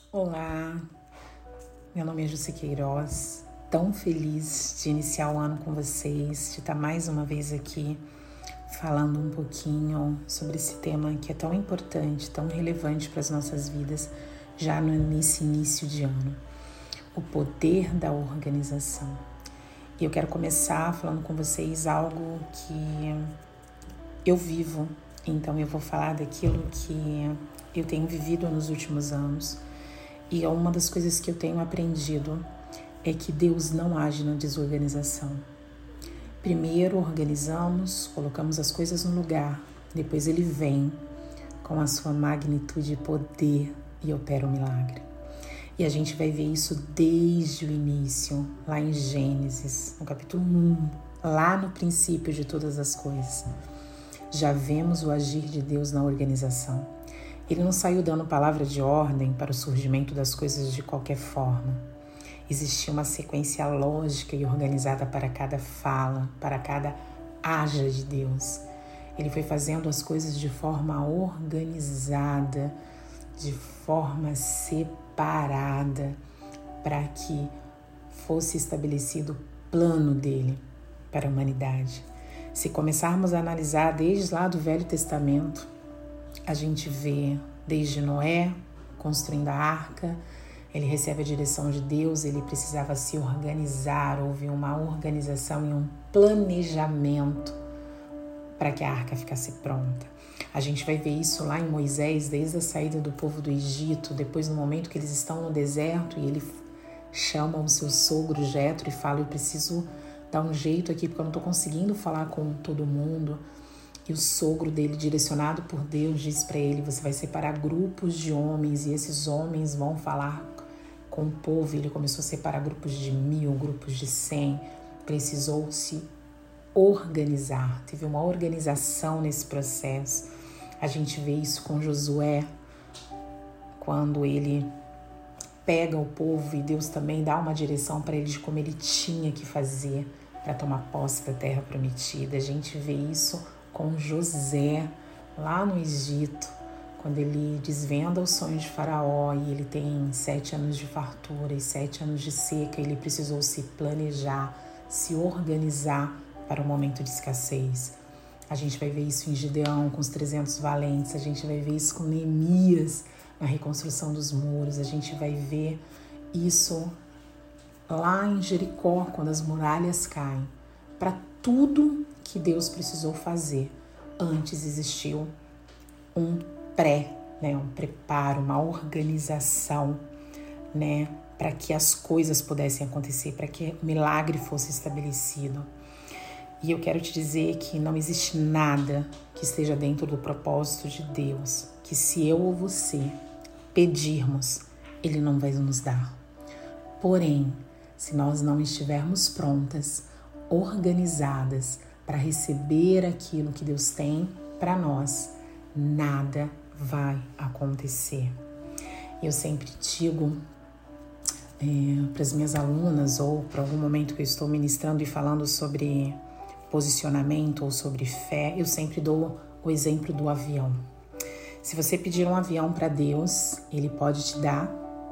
Olá, meu nome é Jussi Queiroz, tão feliz de iniciar o ano com vocês, de estar mais uma vez aqui falando um pouquinho sobre esse tema que é tão importante, tão relevante para as nossas vidas já nesse início de ano, o poder da organização. E eu quero começar falando com vocês algo que eu vivo, então eu vou falar daquilo que eu tenho vivido nos últimos anos. E uma das coisas que eu tenho aprendido é que Deus não age na desorganização. Primeiro organizamos, colocamos as coisas no lugar, depois Ele vem com a sua magnitude e poder e opera o milagre. E a gente vai ver isso desde o início, lá em Gênesis, no capítulo 1, lá no princípio de todas as coisas. Já vemos o agir de Deus na organização. Ele não saiu dando palavra de ordem para o surgimento das coisas de qualquer forma. Existia uma sequência lógica e organizada para cada fala, para cada haja de Deus. Ele foi fazendo as coisas de forma organizada, de forma separada, para que fosse estabelecido o plano dele para a humanidade. Se começarmos a analisar desde lá do Velho Testamento, a gente vê desde Noé construindo a arca, ele recebe a direção de Deus, ele precisava se organizar, houve uma organização e um planejamento para que a arca ficasse pronta. A gente vai ver isso lá em Moisés, desde a saída do povo do Egito, depois no momento que eles estão no deserto e ele chama o seu sogro Jetro e fala: eu preciso dar um jeito aqui porque eu não estou conseguindo falar com todo mundo. E o sogro dele, direcionado por Deus, diz para ele: você vai separar grupos de homens e esses homens vão falar com o povo. Ele começou a separar grupos de 1000, grupos de 100. Precisou se organizar. Teve uma organização nesse processo. A gente vê isso com Josué, quando ele pega o povo e Deus também dá uma direção para ele de como ele tinha que fazer para tomar posse da terra prometida. A gente vê isso com José, lá no Egito, quando ele desvenda o sonho de Faraó e ele tem 7 anos de fartura e 7 anos de seca. Ele precisou se planejar, se organizar para o momento de escassez. A gente vai ver isso em Gideão com os 300 valentes, a gente vai ver isso com Neemias na reconstrução dos muros, a gente vai ver isso lá em Jericó, quando as muralhas caem. Para tudo que Deus precisou fazer, antes existiu um um preparo, uma organização, para que as coisas pudessem acontecer, para que o milagre fosse estabelecido. E eu quero te dizer que não existe nada que esteja dentro do propósito de Deus, que se eu ou você pedirmos, Ele não vai nos dar. Porém, se nós não estivermos prontas, organizadas para receber aquilo que Deus tem para nós, nada vai acontecer. Eu sempre digo para as minhas alunas, ou para algum momento que eu estou ministrando e falando sobre posicionamento ou sobre fé, eu sempre dou o exemplo do avião. Se você pedir um avião para Deus, Ele pode te dar?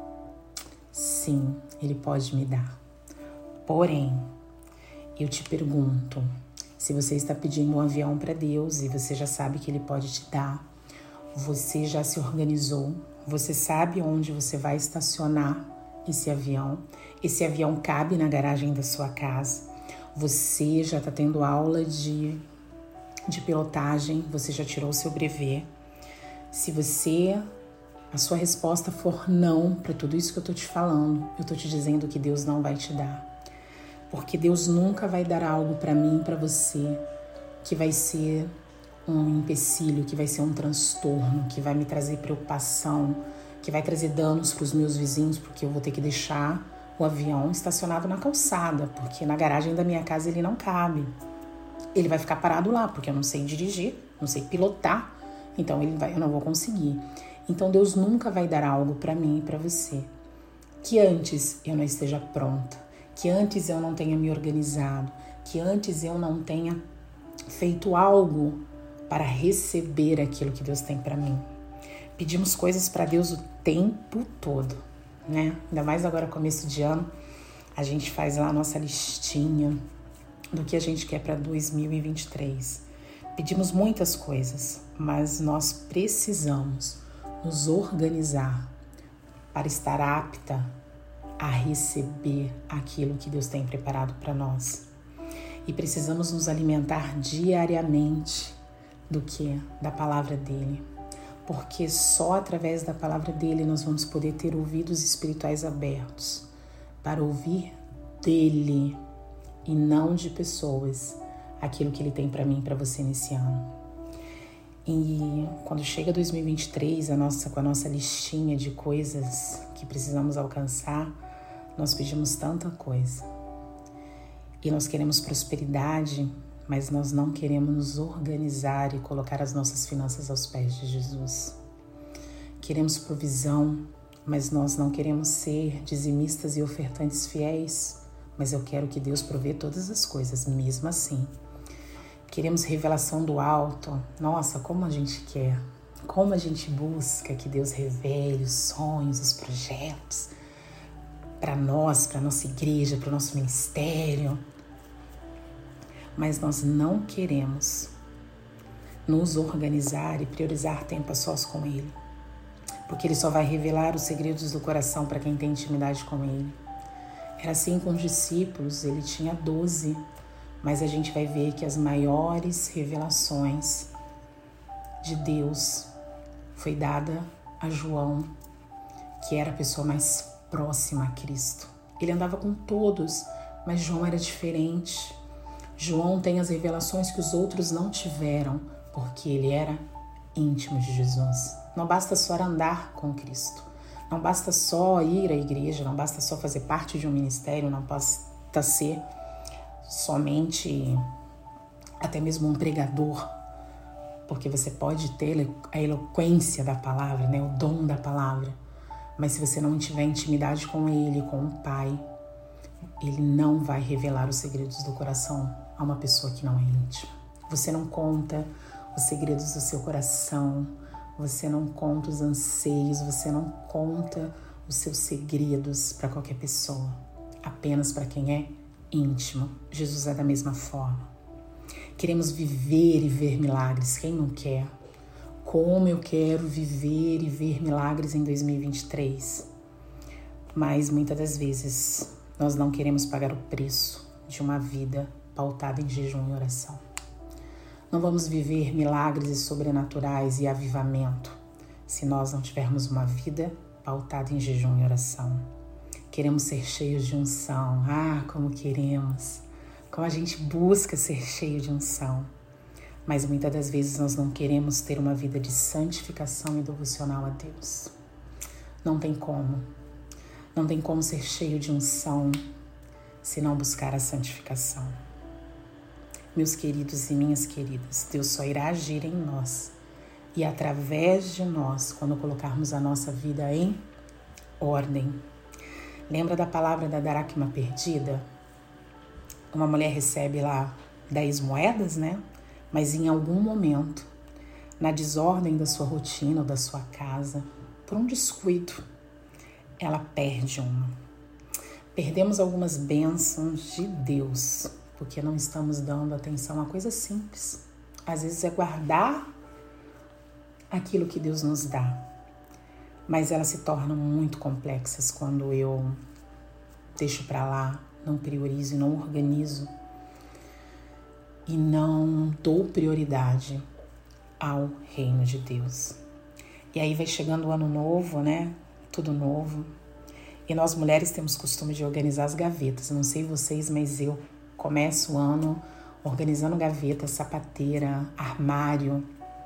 Sim, Ele pode me dar. Porém, eu te pergunto, se você está pedindo um avião para Deus e você já sabe que Ele pode te dar, você já se organizou, você sabe onde você vai estacionar esse avião cabe na garagem da sua casa, você já está tendo aula de pilotagem, você já tirou o seu brevet. Se a sua resposta for não para tudo isso que eu estou te falando, eu estou te dizendo que Deus não vai te dar. Porque Deus nunca vai dar algo para mim e para você que vai ser um empecilho, que vai ser um transtorno, que vai me trazer preocupação, que vai trazer danos para os meus vizinhos, porque eu vou ter que deixar o avião estacionado na calçada, porque na garagem da minha casa ele não cabe. Ele vai ficar parado lá, porque eu não sei dirigir, não sei pilotar, então eu não vou conseguir. Então Deus nunca vai dar algo para mim e para você que antes eu não esteja pronta, que antes eu não tenha me organizado, que antes eu não tenha feito algo para receber aquilo que Deus tem para mim. Pedimos coisas para Deus o tempo todo, né? Ainda mais agora, começo de ano, a gente faz lá a nossa listinha do que a gente quer para 2023. Pedimos muitas coisas, mas nós precisamos nos organizar para estar apta a receber aquilo que Deus tem preparado para nós. E precisamos nos alimentar diariamente do que? Da palavra dele. Porque só através da palavra dele nós vamos poder ter ouvidos espirituais abertos para ouvir dele e não de pessoas aquilo que ele tem para mim e para você nesse ano. E quando chega 2023, com a nossa listinha de coisas que precisamos alcançar, nós pedimos tanta coisa. E nós queremos prosperidade, mas nós não queremos nos organizar e colocar as nossas finanças aos pés de Jesus. Queremos provisão, mas nós não queremos ser dizimistas e ofertantes fiéis, mas eu quero que Deus provê todas as coisas, mesmo assim. Queremos revelação do alto. Nossa, como a gente quer, como a gente busca que Deus revele os sonhos, os projetos para nós, para a nossa igreja, para o nosso ministério. Mas nós não queremos nos organizar e priorizar tempo a sós com Ele, porque Ele só vai revelar os segredos do coração para quem tem intimidade com Ele. Era assim com os discípulos, Ele tinha 12, mas a gente vai ver que as maiores revelações de Deus foi dada a João, que era a pessoa mais próxima a Cristo. Ele andava com todos, mas João era diferente. João tem as revelações que os outros não tiveram, porque ele era íntimo de Jesus. Não basta só andar com Cristo, não basta só ir à igreja, não basta só fazer parte de um ministério, não basta ser somente até mesmo um pregador, porque você pode ter a eloquência da palavra, né, o dom da palavra, mas se você não tiver intimidade com Ele, com o Pai, Ele não vai revelar os segredos do coração a uma pessoa que não é íntima. Você não conta os segredos do seu coração, você não conta os anseios, você não conta os seus segredos para qualquer pessoa, apenas para quem é íntimo. Jesus é da mesma forma. Queremos viver e ver milagres, quem não quer? Como eu quero viver e ver milagres em 2023. Mas muitas das vezes nós não queremos pagar o preço de uma vida pautada em jejum e oração. Não vamos viver milagres e sobrenaturais e avivamento se nós não tivermos uma vida pautada em jejum e oração. Queremos ser cheios de unção. Como queremos! Como a gente busca ser cheio de unção. Mas muitas das vezes nós não queremos ter uma vida de santificação e devocional a Deus. Não tem como. Não tem como ser cheio de unção se não buscar a santificação. Meus queridos e minhas queridas, Deus só irá agir em nós e através de nós quando colocarmos a nossa vida em ordem. Lembra da palavra da dracma perdida? Uma mulher recebe lá 10 moedas, né? Mas em algum momento, na desordem da sua rotina ou da sua casa, por um descuido, ela perde uma. Perdemos algumas bênçãos de Deus, porque não estamos dando atenção a coisas simples. Às vezes é guardar aquilo que Deus nos dá, mas elas se tornam muito complexas quando eu deixo para lá, não priorizo, não organizo e não dou prioridade ao reino de Deus. E aí vai chegando o ano novo, né? Tudo novo. E nós mulheres temos costume de organizar as gavetas. Não sei vocês, mas eu começo o ano organizando gaveta, sapateira, armário.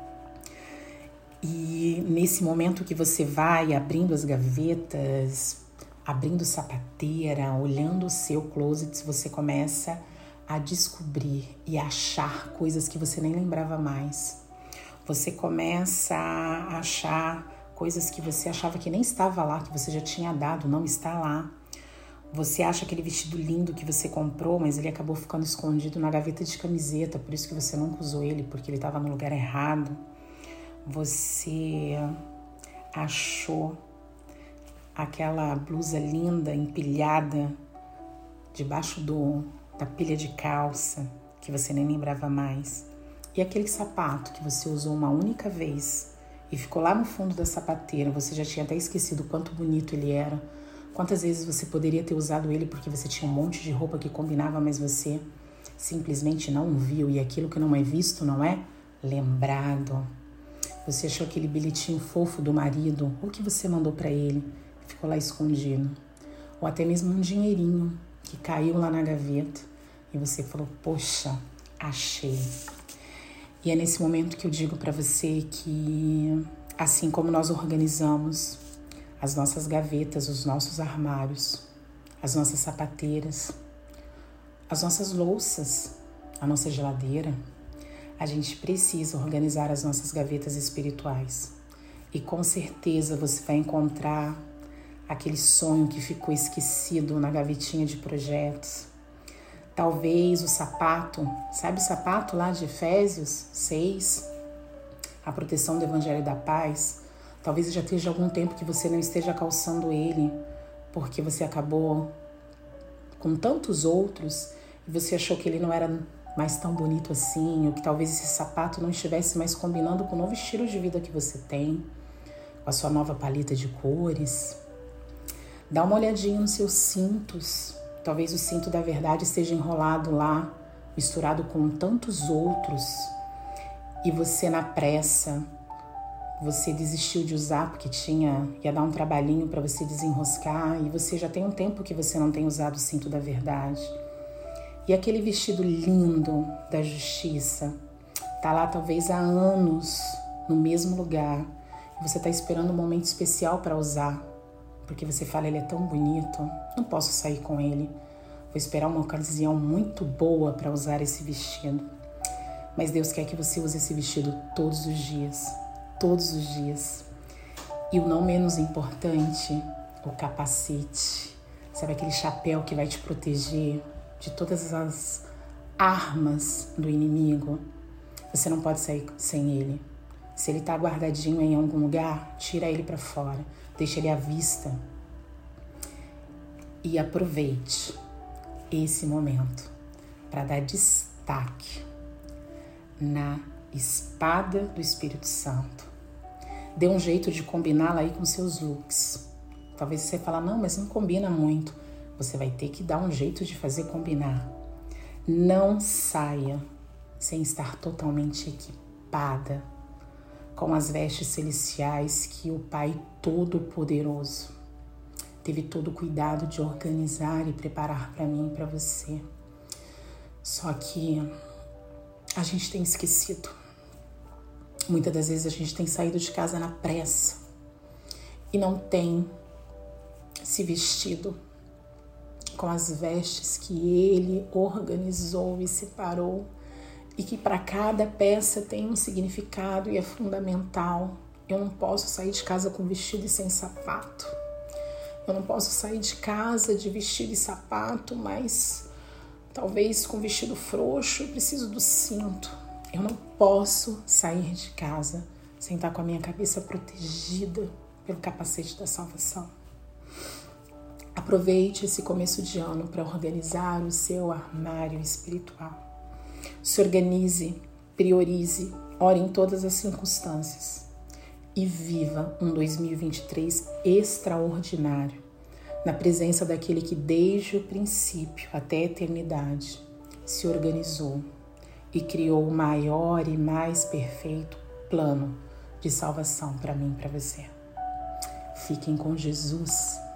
E nesse momento que você vai abrindo as gavetas, abrindo sapateira, olhando o seu closet, você começa a descobrir e achar coisas que você nem lembrava mais. Você começa a achar coisas que você achava que nem estava lá, que você já tinha dado, não está lá. Você acha aquele vestido lindo que você comprou, mas ele acabou ficando escondido na gaveta de camiseta, por isso que você nunca usou ele, porque ele estava no lugar errado. Você achou aquela blusa linda, empilhada, debaixo da pilha de calça, que você nem lembrava mais. E aquele sapato que você usou uma única vez e ficou lá no fundo da sapateira, você já tinha até esquecido o quanto bonito ele era. Quantas vezes você poderia ter usado ele porque você tinha um monte de roupa que combinava, mas você simplesmente não viu. E aquilo que não é visto não é lembrado. Você achou aquele bilhetinho fofo do marido, ou que você mandou para ele, ficou lá escondido. Ou até mesmo um dinheirinho que caiu lá na gaveta e você falou, poxa, achei. E é nesse momento que eu digo para você que, assim como nós organizamos as nossas gavetas, os nossos armários, as nossas sapateiras, as nossas louças, a nossa geladeira, a gente precisa organizar as nossas gavetas espirituais. E com certeza você vai encontrar aquele sonho que ficou esquecido na gavetinha de projetos. Talvez o sapato, sabe o sapato lá de Efésios 6? A proteção do Evangelho da Paz. Talvez já esteja algum tempo que você não esteja calçando ele, porque você acabou com tantos outros e você achou que ele não era mais tão bonito assim, ou que talvez esse sapato não estivesse mais combinando com o novo estilo de vida que você tem, com a sua nova paleta de cores. Dá uma olhadinha nos seus cintos. Talvez o cinto da verdade esteja enrolado lá, misturado com tantos outros, e você na pressa, você desistiu de usar porque ia dar um trabalhinho para você desenroscar, e você já tem um tempo que você não tem usado o cinto da verdade. E aquele vestido lindo da justiça tá lá talvez há anos no mesmo lugar, e você tá esperando um momento especial para usar, porque você fala, ele é tão bonito, não posso sair com ele. Vou esperar uma ocasião muito boa para usar esse vestido. Mas Deus quer que você use esse vestido todos os dias. Todos os dias. E o não menos importante, o capacete. Sabe aquele chapéu que vai te proteger de todas as armas do inimigo? Você não pode sair sem ele. Se ele está guardadinho em algum lugar, tira ele para fora. Deixa ele à vista. E aproveite esse momento para dar destaque na espada do Espírito Santo. Dê um jeito de combiná-la aí com seus looks. Talvez você fale, não, mas não combina muito. Você vai ter que dar um jeito de fazer combinar. Não saia sem estar totalmente equipada com as vestes celestiais que o Pai Todo-Poderoso teve todo o cuidado de organizar e preparar para mim e para você. Só que a gente tem esquecido. Muitas das vezes a gente tem saído de casa na pressa e não tem se vestido com as vestes que Ele organizou e separou, e que para cada peça tem um significado e é fundamental. Eu não posso sair de casa com vestido e sem sapato. Eu não posso sair de casa de vestido e sapato, mas talvez com vestido frouxo eu preciso do cinto. Eu não posso sair de casa sem estar com a minha cabeça protegida pelo capacete da salvação. Aproveite esse começo de ano para organizar o seu armário espiritual. Se organize, priorize, ore em todas as circunstâncias e viva um 2023 extraordinário na presença daquele que desde o princípio até a eternidade se organizou e criou o maior e mais perfeito plano de salvação para mim e para você. Fiquem com Jesus.